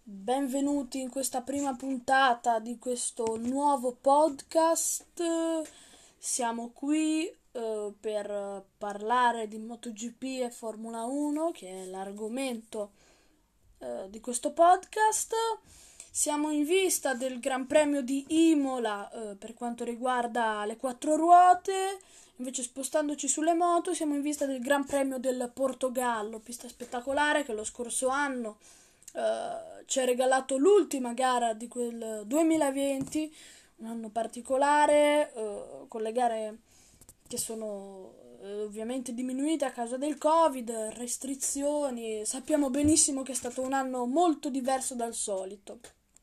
Benvenuti in questa prima puntata di questo nuovo podcast. Siamo qui per parlare di MotoGP e Formula 1, che è l'argomento di questo podcast. Siamo in vista del Gran Premio di Imola per quanto riguarda le quattro ruote. Invece, spostandoci sulle moto, siamo in vista del Gran Premio del Portogallo, pista spettacolare che lo scorso anno ci ha regalato l'ultima gara di quel 2020, un anno particolare, con le gare che sono ovviamente diminuite a causa del Covid, restrizioni. Sappiamo benissimo che è stato un anno molto diverso dal solito.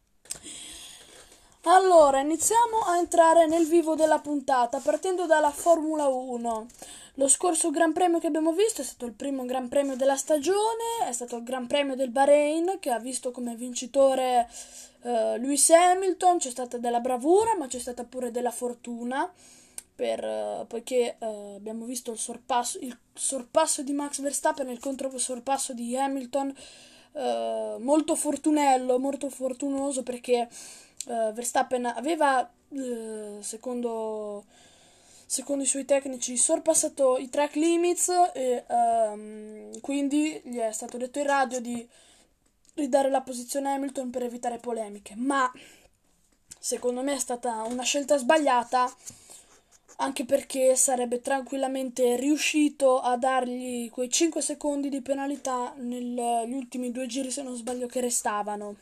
Allora, iniziamo a entrare nel vivo della puntata, partendo dalla Formula 1. Lo scorso Gran Premio che abbiamo visto è stato il primo Gran Premio della stagione, è stato il Gran Premio del Bahrain, che ha visto come vincitore Lewis Hamilton. C'è stata della bravura, ma c'è stata pure della fortuna, poiché abbiamo visto il sorpasso di Max Verstappen e il controsorpasso di Hamilton, molto fortunoso, perché Verstappen aveva, secondo i suoi tecnici, sorpassato i track limits e quindi gli è stato detto in radio di ridare la posizione a Hamilton per evitare polemiche. Ma secondo me è stata una scelta sbagliata, anche perché sarebbe tranquillamente riuscito a dargli quei 5 secondi di penalità negli ultimi 2 giri, se non sbaglio, che restavano.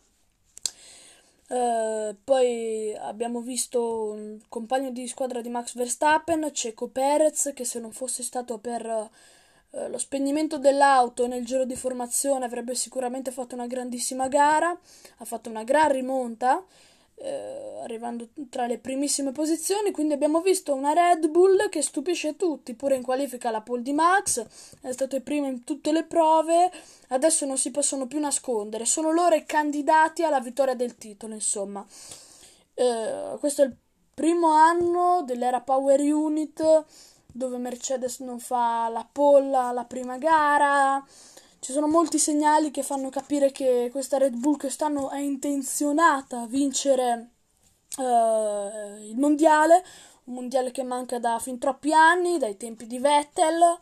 Poi abbiamo visto un compagno di squadra di Max Verstappen, Checo Perez, che se non fosse stato per lo spegnimento dell'auto nel giro di formazione avrebbe sicuramente fatto una grandissima gara. Ha fatto una gran rimonta, arrivando tra le primissime posizioni. Quindi abbiamo visto una Red Bull che stupisce tutti, pure in qualifica la pole di Max, è stato il primo in tutte le prove. Adesso non si possono più nascondere, sono loro i candidati alla vittoria del titolo, insomma. Questo è il primo anno dell'era Power Unit, dove Mercedes non fa la pole alla prima gara. Ci sono molti segnali che fanno capire che questa Red Bull quest'anno è intenzionata a vincere il mondiale, un mondiale che manca da fin troppi anni, dai tempi di Vettel.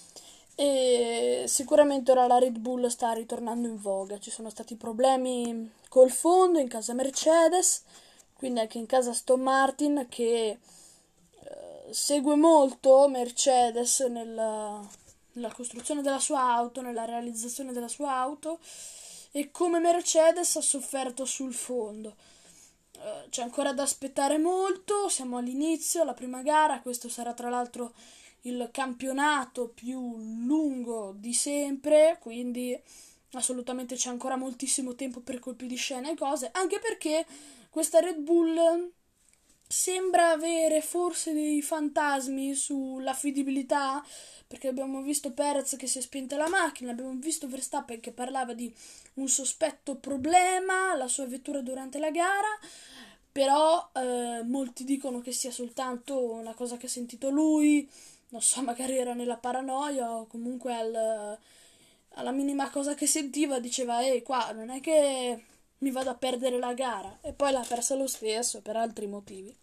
E sicuramente ora la Red Bull sta ritornando in voga. Ci sono stati problemi col fondo in casa Mercedes, quindi anche in casa Aston Martin, che segue molto Mercedes nella costruzione della sua auto, nella realizzazione della sua auto, e come Mercedes ha sofferto sul fondo. C'è ancora da aspettare molto, siamo all'inizio, la prima gara. Questo sarà tra l'altro il campionato più lungo di sempre, quindi assolutamente c'è ancora moltissimo tempo per colpi di scena e cose, anche perché questa Red Bull sembra avere forse dei fantasmi sull'affidabilità, perché abbiamo visto Perez che si è spenta la macchina, abbiamo visto Verstappen che parlava di un sospetto problema alla sua vettura durante la gara. Però molti dicono che sia soltanto una cosa che ha sentito lui, non so, magari era nella paranoia, o comunque alla minima cosa che sentiva diceva: ehi, qua non è che mi vado a perdere la gara, e poi l'ha persa lo stesso per altri motivi.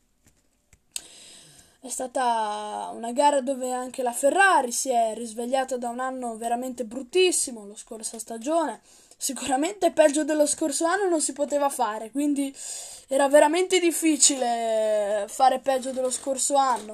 È stata una gara dove anche la Ferrari si è risvegliata da un anno veramente bruttissimo, la scorsa stagione. Sicuramente peggio dello scorso anno non si poteva fare, quindi era veramente difficile fare peggio dello scorso anno.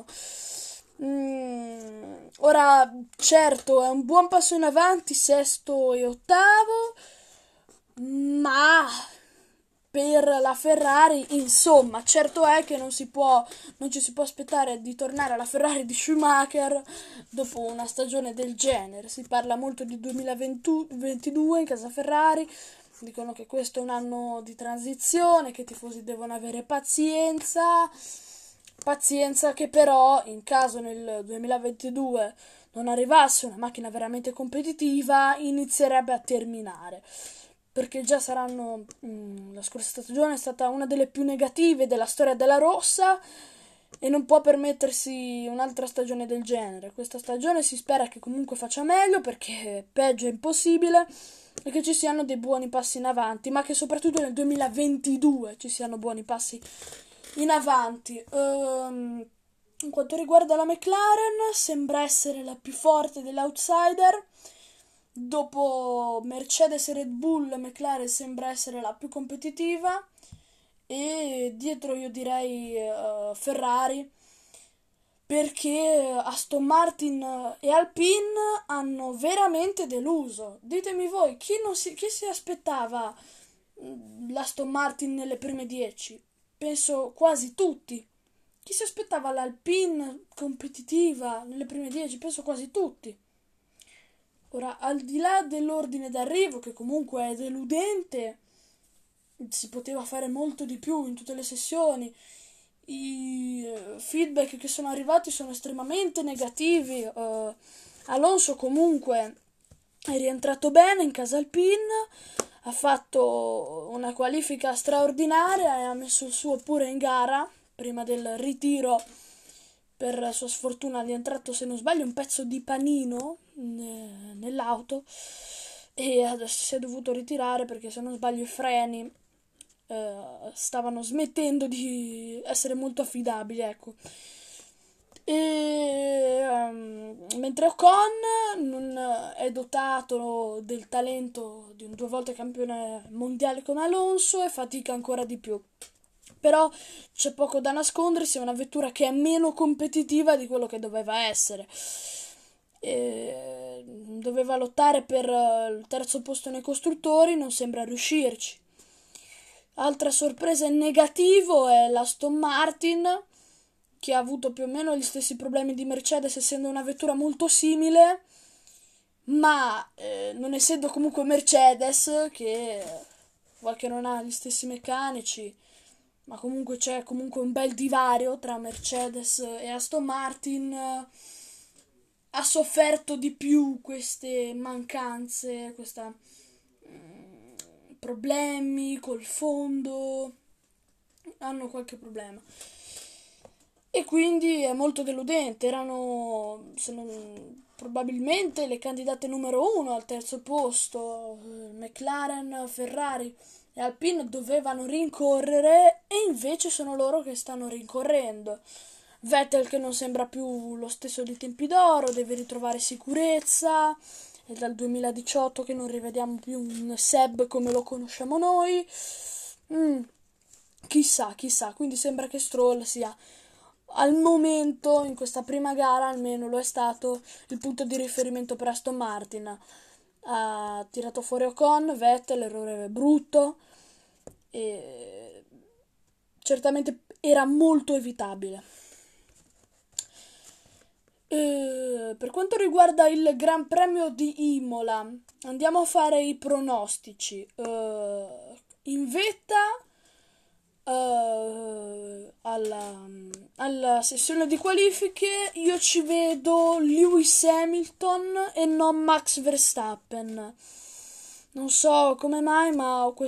Ora, certo, è un buon passo in avanti, sesto e ottavo, ma per la Ferrari, insomma, certo è che non ci si può aspettare di tornare alla Ferrari di Schumacher dopo una stagione del genere. Si parla molto di 2022 in casa Ferrari, dicono che questo è un anno di transizione, che i tifosi devono avere pazienza che però, in caso nel 2022 non arrivasse una macchina veramente competitiva, inizierebbe a terminare, perché già saranno la scorsa stagione è stata una delle più negative della storia della rossa, e non può permettersi un'altra stagione del genere. Questa stagione si spera che comunque faccia meglio, perché peggio è impossibile, e che ci siano dei buoni passi in avanti, ma che soprattutto nel 2022 ci siano buoni passi in avanti. In quanto riguarda la McLaren, sembra essere la più forte dell'outsider. Dopo Mercedes e Red Bull, McLaren sembra essere la più competitiva, e dietro io direi Ferrari, perché Aston Martin e Alpine hanno veramente deluso. Ditemi voi, chi si aspettava l'Aston Martin nelle prime 10? Penso quasi tutti. Chi si aspettava l'Alpine competitiva nelle prime 10? Penso quasi tutti. Ora, al di là dell'ordine d'arrivo, che comunque è deludente, si poteva fare molto di più in tutte le sessioni. I feedback che sono arrivati sono estremamente negativi. Alonso comunque è rientrato bene in casa Alpine, ha fatto una qualifica straordinaria e ha messo il suo pure in gara prima del ritiro. Per sua sfortuna gli è entrato, se non sbaglio, un pezzo di panino nell'auto, e adesso si è dovuto ritirare perché, se non sbaglio, i freni stavano smettendo di essere molto affidabili, ecco. Mentre Ocon non è dotato del talento di un 2 volte campione mondiale come Alonso, e fatica ancora di più. Però c'è poco da nascondersi, è una vettura che è meno competitiva di quello che doveva essere. Doveva lottare per il terzo posto nei costruttori, non sembra riuscirci. Altra sorpresa in negativo è l'Aston Martin, che ha avuto più o meno gli stessi problemi di Mercedes, essendo una vettura molto simile, ma non essendo comunque Mercedes, che vuoi che non ha gli stessi meccanici, ma comunque c'è comunque un bel divario tra Mercedes e Aston Martin, ha sofferto di più queste mancanze, questa problemi col fondo, hanno qualche problema. E quindi è molto deludente. Erano, se non, probabilmente le candidate numero uno al terzo posto. McLaren, Ferrari e Alpine dovevano rincorrere, e invece sono loro che stanno rincorrendo. Vettel, che non sembra più lo stesso dei tempi d'oro, deve ritrovare sicurezza. È dal 2018 che non rivediamo più un Seb come lo conosciamo noi. Chissà, chissà. Quindi sembra che Stroll sia, al momento, in questa prima gara almeno lo è stato, il punto di riferimento per Aston Martin. Ha tirato fuori Ocon, Vettel, errore brutto, e certamente era molto evitabile. Per quanto riguarda il Gran Premio di Imola, andiamo a fare i pronostici. In vetta, alla sessione di qualifiche, io ci vedo Lewis Hamilton e non Max Verstappen. Non so come mai, ma ho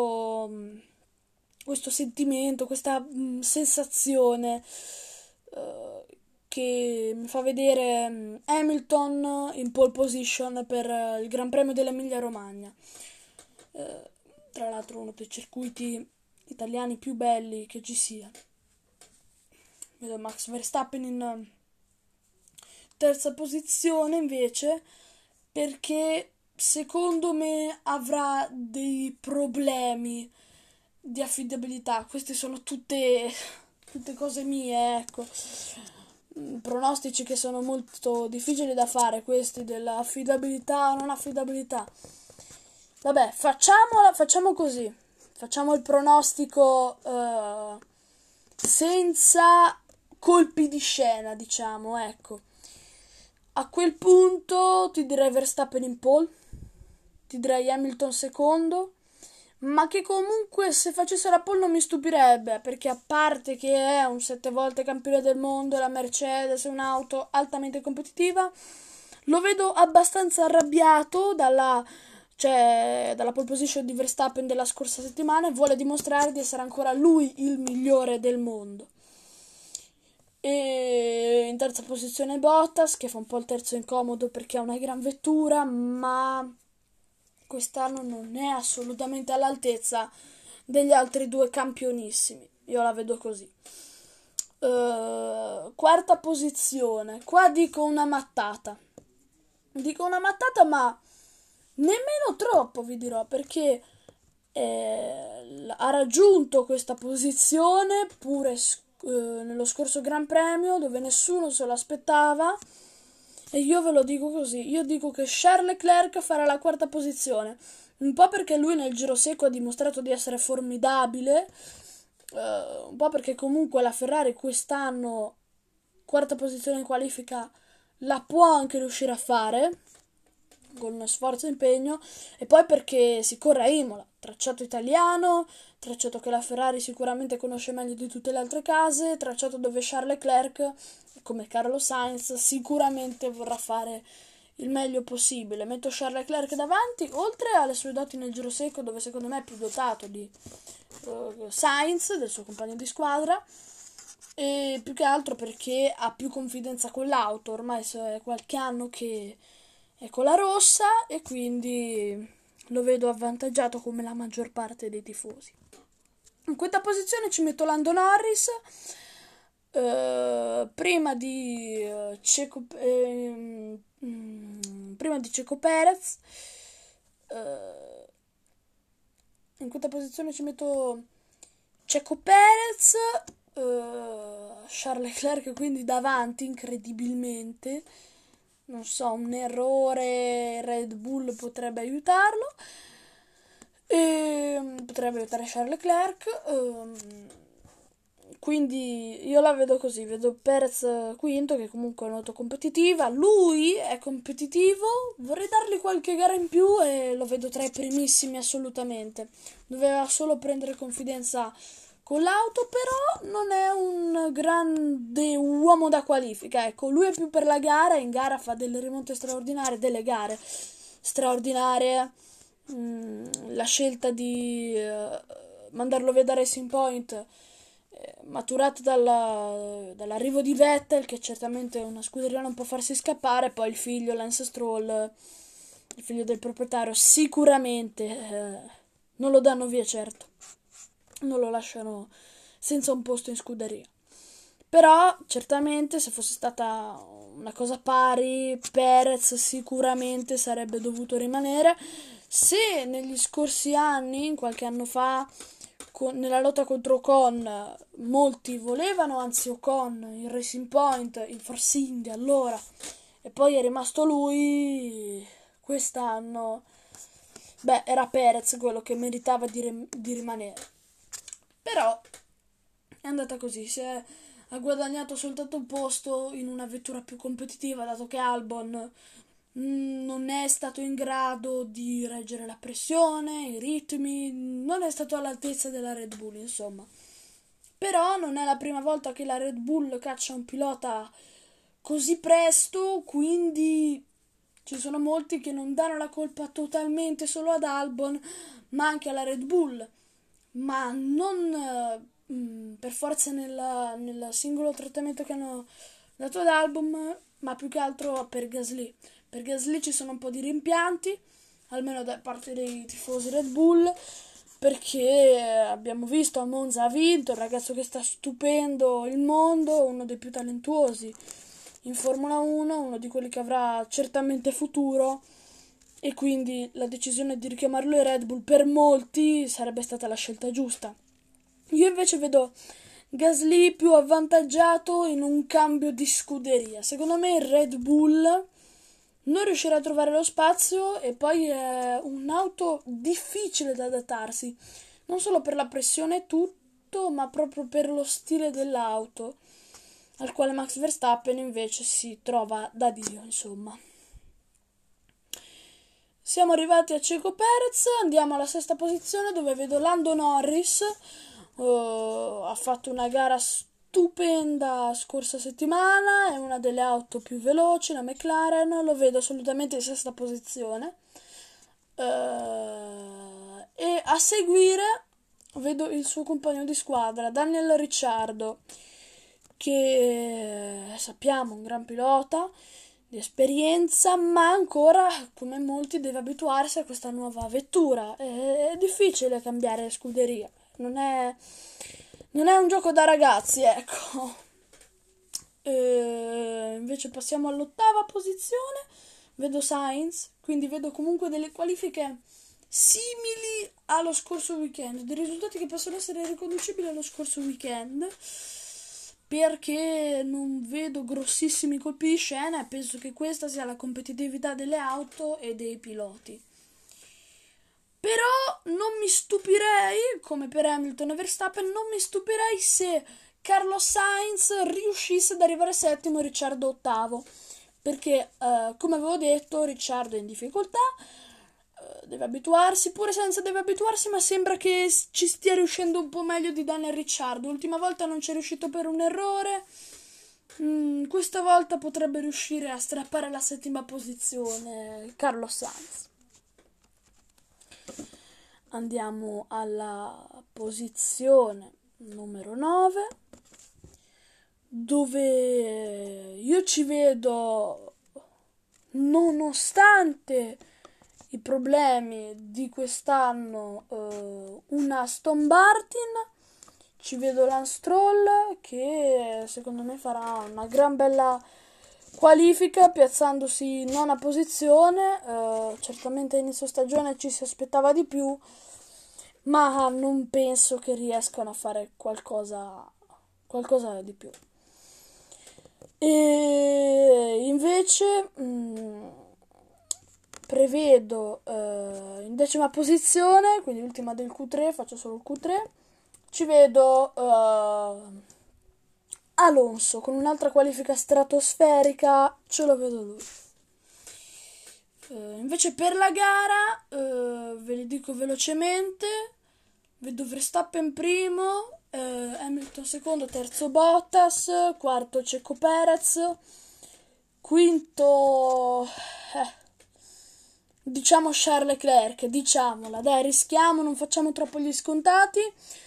questo sentimento, questa sensazione che mi fa vedere Hamilton in pole position per il Gran Premio dell'Emilia Romagna. Tra l'altro uno dei circuiti italiani più belli che ci sia. Vedo Max Verstappen in terza posizione invece, perché secondo me avrà dei problemi di affidabilità. Queste sono tutte cose mie, ecco. Pronostici che sono molto difficili da fare, questi dell'affidabilità o non affidabilità. Vabbè, facciamo così. Facciamo il pronostico senza colpi di scena, diciamo, ecco. A quel punto ti direi Verstappen in pole, ti direi Hamilton secondo, ma che comunque se facesse la pole non mi stupirebbe, perché a parte che è un 7 volte campione del mondo, la Mercedes è un'auto altamente competitiva, lo vedo abbastanza arrabbiato dalla pole position di Verstappen della scorsa settimana, e vuole dimostrare di essere ancora lui il migliore del mondo. E in terza posizione Bottas, che fa un po' il terzo incomodo perché ha una gran vettura, ma quest'anno non è assolutamente all'altezza degli altri due campionissimi. Io la vedo così. Quarta posizione. Qua dico una mattata. Dico una mattata, ma nemmeno troppo, vi dirò, perché ha raggiunto questa posizione pure nello scorso Gran Premio, dove nessuno se lo aspettava. E io ve lo dico così, io dico che Charles Leclerc farà la quarta posizione, un po' perché lui nel giro secco ha dimostrato di essere formidabile, un po' perché comunque la Ferrari quest'anno quarta posizione in qualifica la può anche riuscire a fare con uno sforzo e impegno, e poi perché si corre a Imola, tracciato italiano, tracciato che la Ferrari sicuramente conosce meglio di tutte le altre case, tracciato dove Charles Leclerc, come Carlos Sainz, sicuramente vorrà fare il meglio possibile. Metto Charles Leclerc davanti, oltre alle sue doti nel giro secco, dove secondo me è più dotato di Sainz, del suo compagno di squadra, e più che altro perché ha più confidenza con l'auto, ormai è qualche anno che è con la rossa e quindi lo vedo avvantaggiato come la maggior parte dei tifosi. In quinta posizione ci metto Lando Norris, prima di Checo Perez. In quinta posizione ci metto Checo Perez, Charles Leclerc quindi davanti incredibilmente. Non so, un errore Red Bull potrebbe aiutarlo. E potrebbe aiutare Charles Leclerc. Quindi io la vedo così, vedo Perez quinto, che comunque è un'auto competitiva, lui è competitivo, vorrei dargli qualche gara in più e lo vedo tra i primissimi assolutamente. Doveva solo prendere confidenza con l'auto, però non è un grande uomo da qualifica, ecco, lui è più per la gara, in gara fa delle rimonte straordinarie, delle gare straordinarie. La scelta di mandarlo via da Racing Point, maturata dall'arrivo di Vettel, che certamente una scuderia non può farsi scappare, poi il figlio Lance Stroll, il figlio del proprietario, sicuramente non lo danno via, certo, non lo lasciano senza un posto in scuderia. Però certamente se fosse stata una cosa pari, Perez sicuramente sarebbe dovuto rimanere. Se negli scorsi anni, qualche anno fa, nella lotta contro Ocon, molti volevano, anzi Ocon, il Racing Point, il Force India, allora, e poi è rimasto lui, quest'anno, beh, era Perez quello che meritava di rimanere. Però è andata così, ha guadagnato soltanto un posto in una vettura più competitiva, dato che Albon non è stato in grado di reggere la pressione, i ritmi, non è stato all'altezza della Red Bull, insomma. Però non è la prima volta che la Red Bull caccia un pilota così presto, quindi ci sono molti che non danno la colpa totalmente solo ad Albon, ma anche alla Red Bull, ma non per forza nel singolo trattamento che hanno dato ad Albon, ma più che altro per Gasly. Per Gasly ci sono un po' di rimpianti, almeno da parte dei tifosi Red Bull, perché abbiamo visto a Monza ha vinto, il ragazzo che sta stupendo il mondo, uno dei più talentuosi in Formula 1, uno di quelli che avrà certamente futuro, e quindi la decisione di richiamarlo ai Red Bull per molti sarebbe stata la scelta giusta. Io invece vedo Gasly più avvantaggiato in un cambio di scuderia. Secondo me il Red Bull non riuscirà a trovare lo spazio e poi è un'auto difficile da adattarsi, non solo per la pressione e tutto, ma proprio per lo stile dell'auto, al quale Max Verstappen invece si trova da Dio, insomma. Siamo arrivati a Checo Perez, andiamo alla sesta posizione dove vedo Lando Norris. Ha fatto una gara stupenda scorsa settimana, è una delle auto più veloci, la McLaren, lo vedo assolutamente in sesta posizione. E a seguire vedo il suo compagno di squadra, Daniel Ricciardo, che sappiamo un gran pilota di esperienza, ma ancora, come molti, deve abituarsi a questa nuova vettura. È difficile cambiare scuderia, non è un gioco da ragazzi, ecco. Invece passiamo all'8ª posizione, vedo Sainz, quindi vedo comunque delle qualifiche simili allo scorso weekend, dei risultati che possono essere riconducibili allo scorso weekend, perché non vedo grossissimi colpi di scena e penso che questa sia la competitività delle auto e dei piloti. Però non mi stupirei, come per Hamilton e Verstappen, non mi stupirei se Carlos Sainz riuscisse ad arrivare settimo e Ricciardo ottavo, perché come avevo detto Ricciardo è in difficoltà, deve abituarsi, pure senza deve abituarsi, ma sembra che ci stia riuscendo un po' meglio di Daniel Ricciardo. L'ultima volta non ci è riuscito per un errore, questa volta potrebbe riuscire a strappare la settima posizione Carlos Sainz. Andiamo alla posizione numero 9, dove io ci vedo, nonostante i problemi di quest'anno, una Aston Martin. Ci vedo Lance Stroll che secondo me farà una gran bella qualifica piazzandosi in nona posizione. Certamente a inizio stagione ci si aspettava di più, ma non penso che riescano a fare qualcosa di più. E invece prevedo in 10ª posizione, quindi l'ultima del Q3, faccio solo il Q3, ci vedo Alonso con un'altra qualifica stratosferica, ce lo vedo lui. Invece per la gara, ve li dico velocemente, vedo Verstappen primo, Hamilton secondo, terzo Bottas, quarto Checo Perez, quinto diciamo Charles Leclerc, diciamola, dai, rischiamo, non facciamo troppo gli scontati.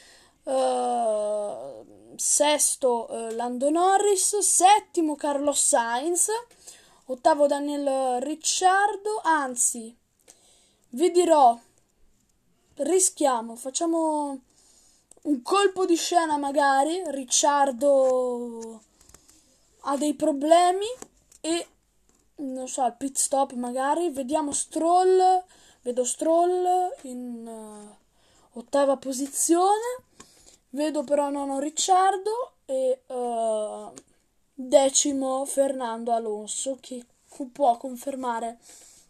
Sesto Lando Norris, settimo Carlos Sainz, ottavo Daniel Ricciardo, anzi, vi dirò, rischiamo, facciamo un colpo di scena magari, Ricciardo ha dei problemi e non so, al pit stop magari, vediamo Stroll, vedo Stroll in ottava posizione, vedo però nono Ricciardo e decimo Fernando Alonso che può confermare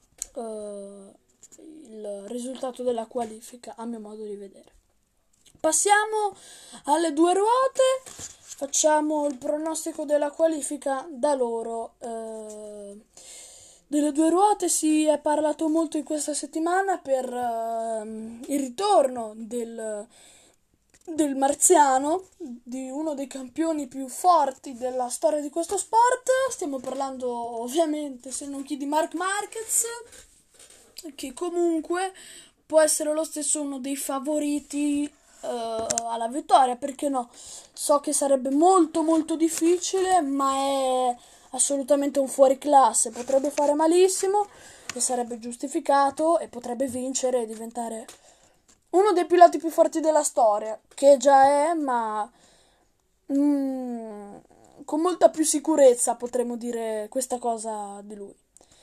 il risultato della qualifica a mio modo di vedere. Passiamo alle due ruote, facciamo il pronostico della qualifica da loro. Delle due ruote si è parlato molto in questa settimana per il ritorno del marziano, di uno dei campioni più forti della storia di questo sport. Stiamo parlando ovviamente, se non chi, di Marc Marquez, che comunque può essere lo stesso uno dei favoriti alla vittoria, perché no? So che sarebbe molto molto difficile, ma è assolutamente un fuoriclasse, potrebbe fare malissimo e sarebbe giustificato e potrebbe vincere e diventare uno dei piloti più forti della storia, che già è, ma con molta più sicurezza potremmo dire questa cosa di lui.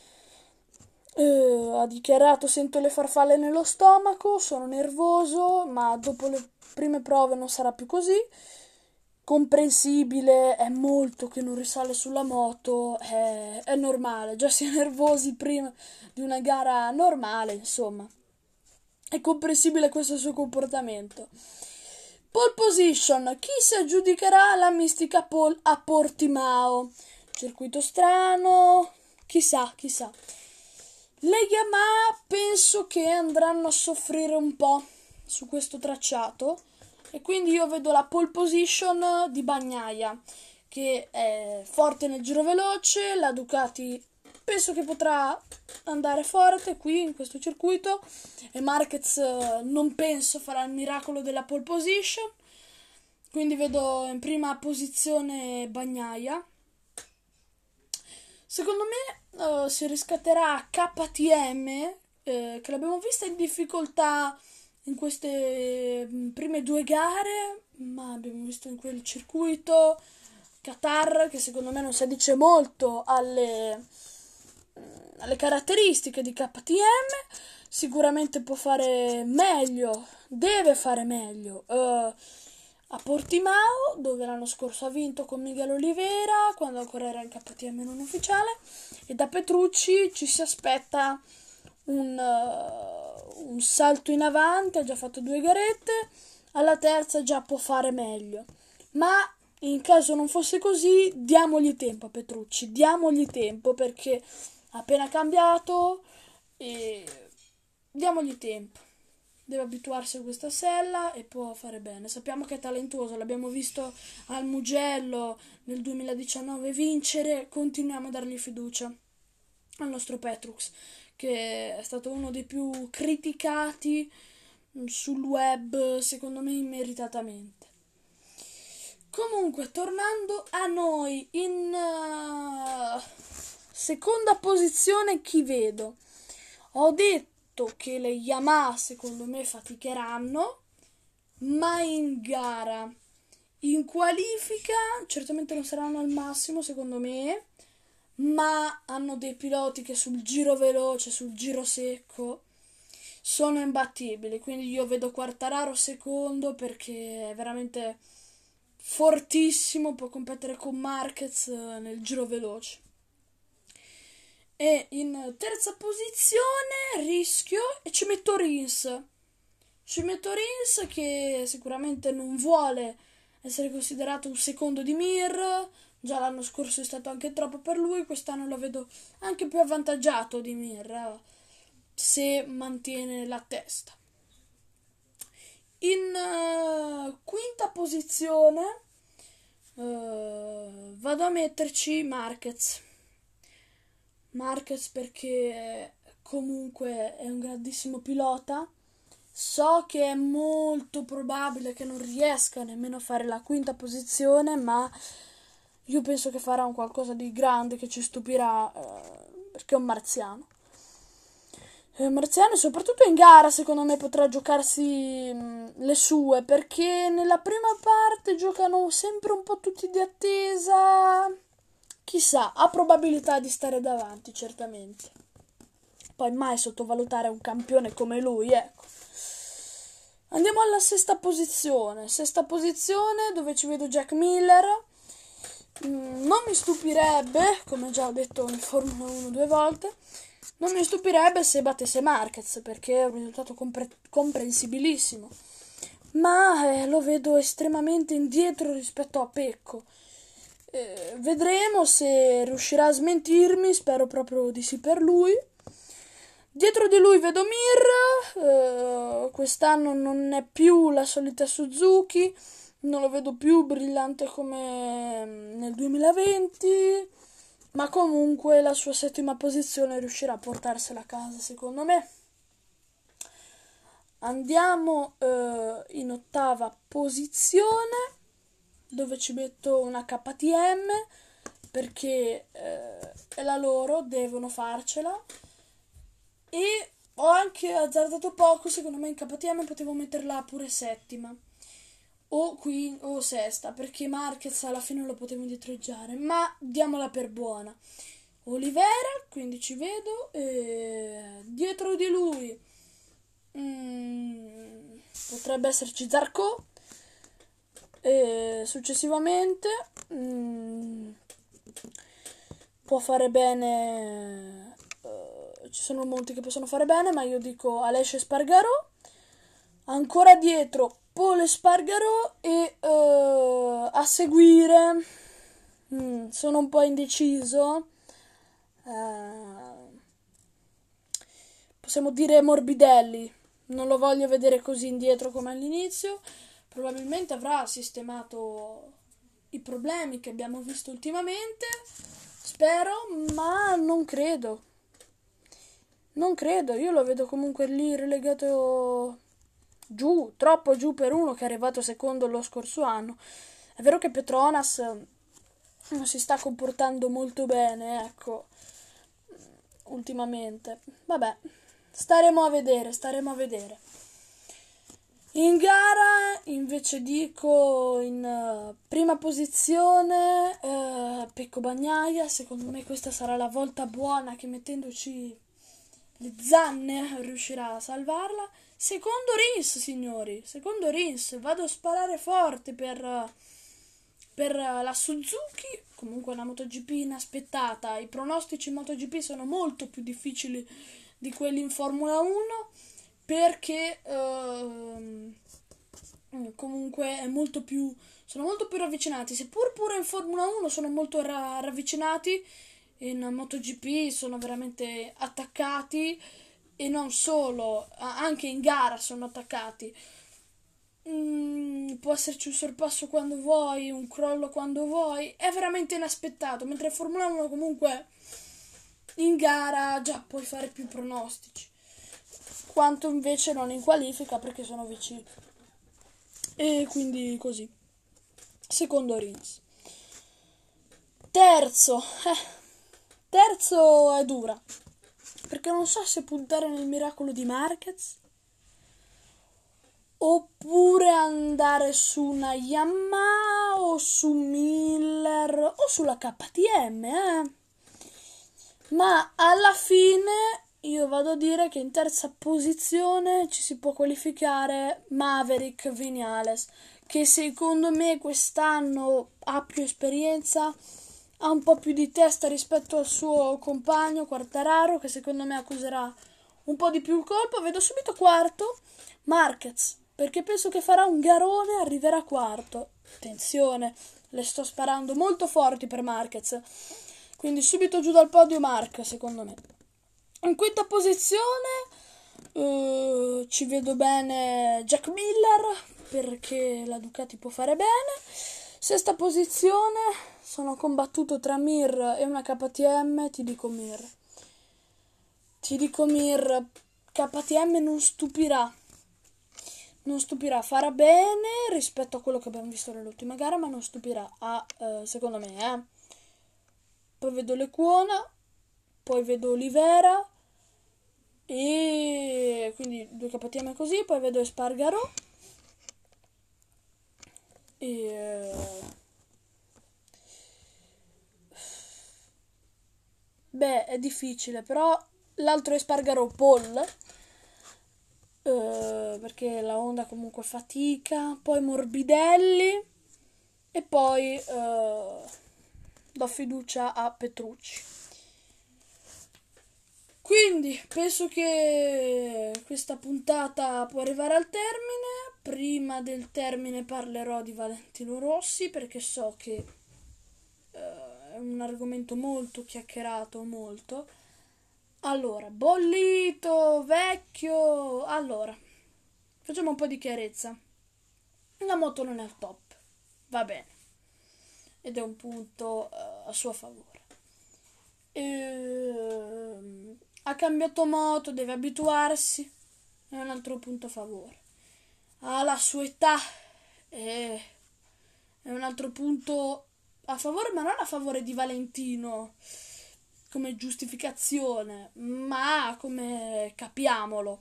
Ha dichiarato: sento le farfalle nello stomaco, sono nervoso, ma dopo le prime prove non sarà più così. Comprensibile, è molto che non risale sulla moto, è normale, già si è nervosi prima di una gara normale, insomma. È comprensibile questo suo comportamento. Pole position, chi si aggiudicherà la mistica pole a Portimao? Circuito strano, chissà. Le Yamaha penso che andranno a soffrire un po' su questo tracciato e quindi io vedo la pole position di Bagnaia, che è forte nel giro veloce. La Ducati penso che potrà andare forte qui in questo circuito e Marquez non penso farà il miracolo della pole position. Quindi vedo in prima posizione Bagnaia. Secondo me si riscatterà KTM, che l'abbiamo vista in difficoltà in queste prime due gare, ma abbiamo visto in quel circuito Qatar che secondo me non si addice molto alle caratteristiche di KTM. Sicuramente può fare meglio, deve fare meglio a Portimao, dove l'anno scorso ha vinto con Miguel Oliveira quando ancora era in KTM non ufficiale, e da Petrucci ci si aspetta un salto in avanti. Ha già fatto due garette, alla terza già può fare meglio, ma in caso non fosse così diamogli tempo a Petrucci, diamogli tempo, perché ha appena cambiato e diamogli tempo. Deve abituarsi a questa sella e può fare bene. Sappiamo che è talentuoso, l'abbiamo visto al Mugello nel 2019 vincere, continuiamo a dargli fiducia al nostro Petrux, che è stato uno dei più criticati sul web, secondo me immeritatamente. Comunque, tornando a noi, in seconda posizione chi vedo? Ho detto che le Yamaha secondo me faticheranno, ma in gara, in qualifica certamente non saranno al massimo secondo me, ma hanno dei piloti che sul giro veloce, sul giro secco sono imbattibili, quindi io vedo Quartararo secondo perché è veramente fortissimo, può competere con Marquez nel giro veloce. E in terza posizione rischio e ci metto Rins. Ci metto Rins che sicuramente non vuole essere considerato un secondo di Mir. Già l'anno scorso è stato anche troppo per lui, quest'anno lo vedo anche più avvantaggiato di Mir, se mantiene la testa. In quinta posizione vado a metterci Marquez. Marquez perché comunque è un grandissimo pilota. So che è molto probabile che non riesca nemmeno a fare la quinta posizione, ma io penso che farà un qualcosa di grande che ci stupirà, perché è un marziano. È un marziano e soprattutto in gara secondo me potrà giocarsi le sue, perché nella prima parte giocano sempre un po' tutti di attesa. Chissà, ha probabilità di stare davanti, certamente. Poi mai sottovalutare un campione come lui, ecco. Andiamo alla sesta posizione. Sesta posizione dove ci vedo Jack Miller. Non mi stupirebbe, come già ho detto in Formula 1 due volte, non mi stupirebbe se battesse Marquez, perché è un risultato comprensibilissimo. Ma lo vedo estremamente indietro rispetto a Pecco. Vedremo se riuscirà a smentirmi, spero proprio di sì per lui. Dietro di lui vedo Mir, quest'anno non è più la solita Suzuki, non lo vedo più brillante come nel 2020, ma comunque la sua settima posizione riuscirà a portarsela a casa secondo me. Andiamo in ottava posizione, dove ci metto una KTM, perché è la loro, devono farcela. E ho anche azzardato poco, secondo me in KTM potevo metterla pure settima o sesta, perché Marquez alla fine lo potevo indietreggiare, ma diamola per buona. Oliveira, quindi ci vedo, dietro di lui potrebbe esserci Zarco, successivamente può fare bene, ci sono molti che possono fare bene, ma io dico Aleix Espargaró, ancora dietro Pol Espargaró e a seguire sono un po' indeciso, possiamo dire Morbidelli, non lo voglio vedere così indietro come all'inizio, probabilmente avrà sistemato i problemi che abbiamo visto ultimamente, spero, ma non credo. Non credo, io lo vedo comunque lì relegato giù, troppo giù per uno che è arrivato secondo lo scorso anno. È vero che Petronas non si sta comportando molto bene, ecco, ultimamente. Vabbè, staremo a vedere, staremo a vedere. In gara invece dico in prima posizione Pecco Bagnaia, secondo me questa sarà la volta buona che mettendoci le zanne riuscirà a salvarla. Secondo Rins, signori, secondo Rins, vado a sparare forte per la Suzuki, comunque una MotoGP inaspettata. I pronostici in MotoGP sono molto più difficili di quelli in Formula 1 perché comunque sono molto più ravvicinati, seppur pure in Formula 1 sono molto ravvicinati, in MotoGP sono veramente attaccati e non solo, anche in gara sono attaccati. Può esserci un sorpasso quando vuoi, un crollo quando vuoi, è veramente inaspettato, mentre in Formula 1 comunque in gara già puoi fare più pronostici, quanto invece non in qualifica perché sono vicini. E quindi così. Secondo Rins. Terzo è dura, perché non so se puntare nel miracolo di Marquez oppure andare su una Yamaha o su Miller o sulla KTM, Ma alla fine io vado a dire che in terza posizione ci si può qualificare Maverick Viñales, che secondo me quest'anno ha più esperienza, ha un po' più di testa rispetto al suo compagno Quartararo, che secondo me accuserà un po' di più il colpo. Vedo subito quarto Marquez, perché penso che farà un garone e arriverà quarto. Attenzione, le sto sparando molto forti per Marquez, quindi subito giù dal podio Marc, secondo me. In quinta posizione ci vedo bene Jack Miller, perché la Ducati può fare bene. Sesta posizione, sono combattuto tra Mir e una KTM, ti dico Mir. KTM non stupirà. Non stupirà, farà bene rispetto a quello che abbiamo visto nell'ultima gara, ma non stupirà, secondo me, Poi vedo Lecuona, poi vedo Olivera, e quindi 2 KTM così, poi vedo Espargaro, e beh, è difficile, però l'altro Espargaro Paul, perché la Honda comunque fatica, poi Morbidelli e poi do fiducia a Petrucci. Quindi penso che questa puntata può arrivare al termine. Prima del termine parlerò di Valentino Rossi, perché so che è un argomento molto chiacchierato, molto. Allora, bollito, vecchio. Allora, facciamo un po' di chiarezza. La moto non è al top, va bene, ed è un punto a suo favore. Ha cambiato moto, deve abituarsi, è un altro punto a favore. Ha la sua età, è un altro punto a favore, ma non a favore di Valentino come giustificazione, ma come capiamolo.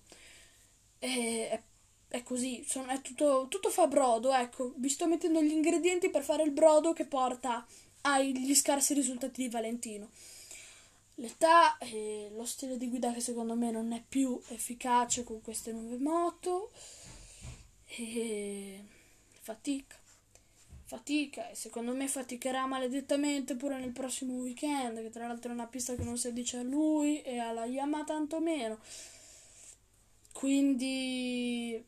È così, è tutto fa brodo, ecco, vi sto mettendo gli ingredienti per fare il brodo che porta agli scarsi risultati di Valentino. L'età e lo stile di guida che secondo me non è più efficace con queste nuove moto, e fatica, e secondo me faticherà maledettamente pure nel prossimo weekend, che tra l'altro è una pista che non si addice a lui e alla Yamaha tanto meno, quindi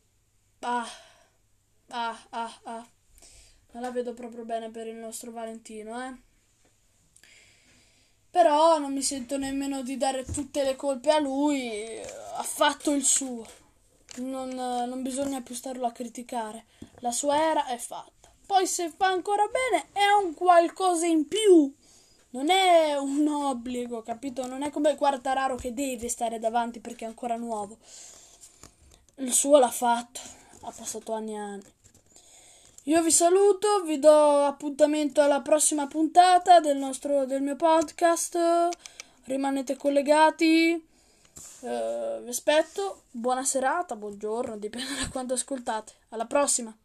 non la vedo proprio bene per il nostro Valentino, Però non mi sento nemmeno di dare tutte le colpe a lui, ha fatto il suo, non bisogna più starlo a criticare, la sua era è fatta. Poi se fa ancora bene è un qualcosa in più, non è un obbligo, capito? Non è come Quartararo che deve stare davanti perché è ancora nuovo. Il suo l'ha fatto, ha passato anni e anni. Io vi saluto, vi do appuntamento alla prossima puntata del mio podcast. Rimanete collegati. Vi aspetto. Buona serata, buongiorno, dipende da quando ascoltate. Alla prossima.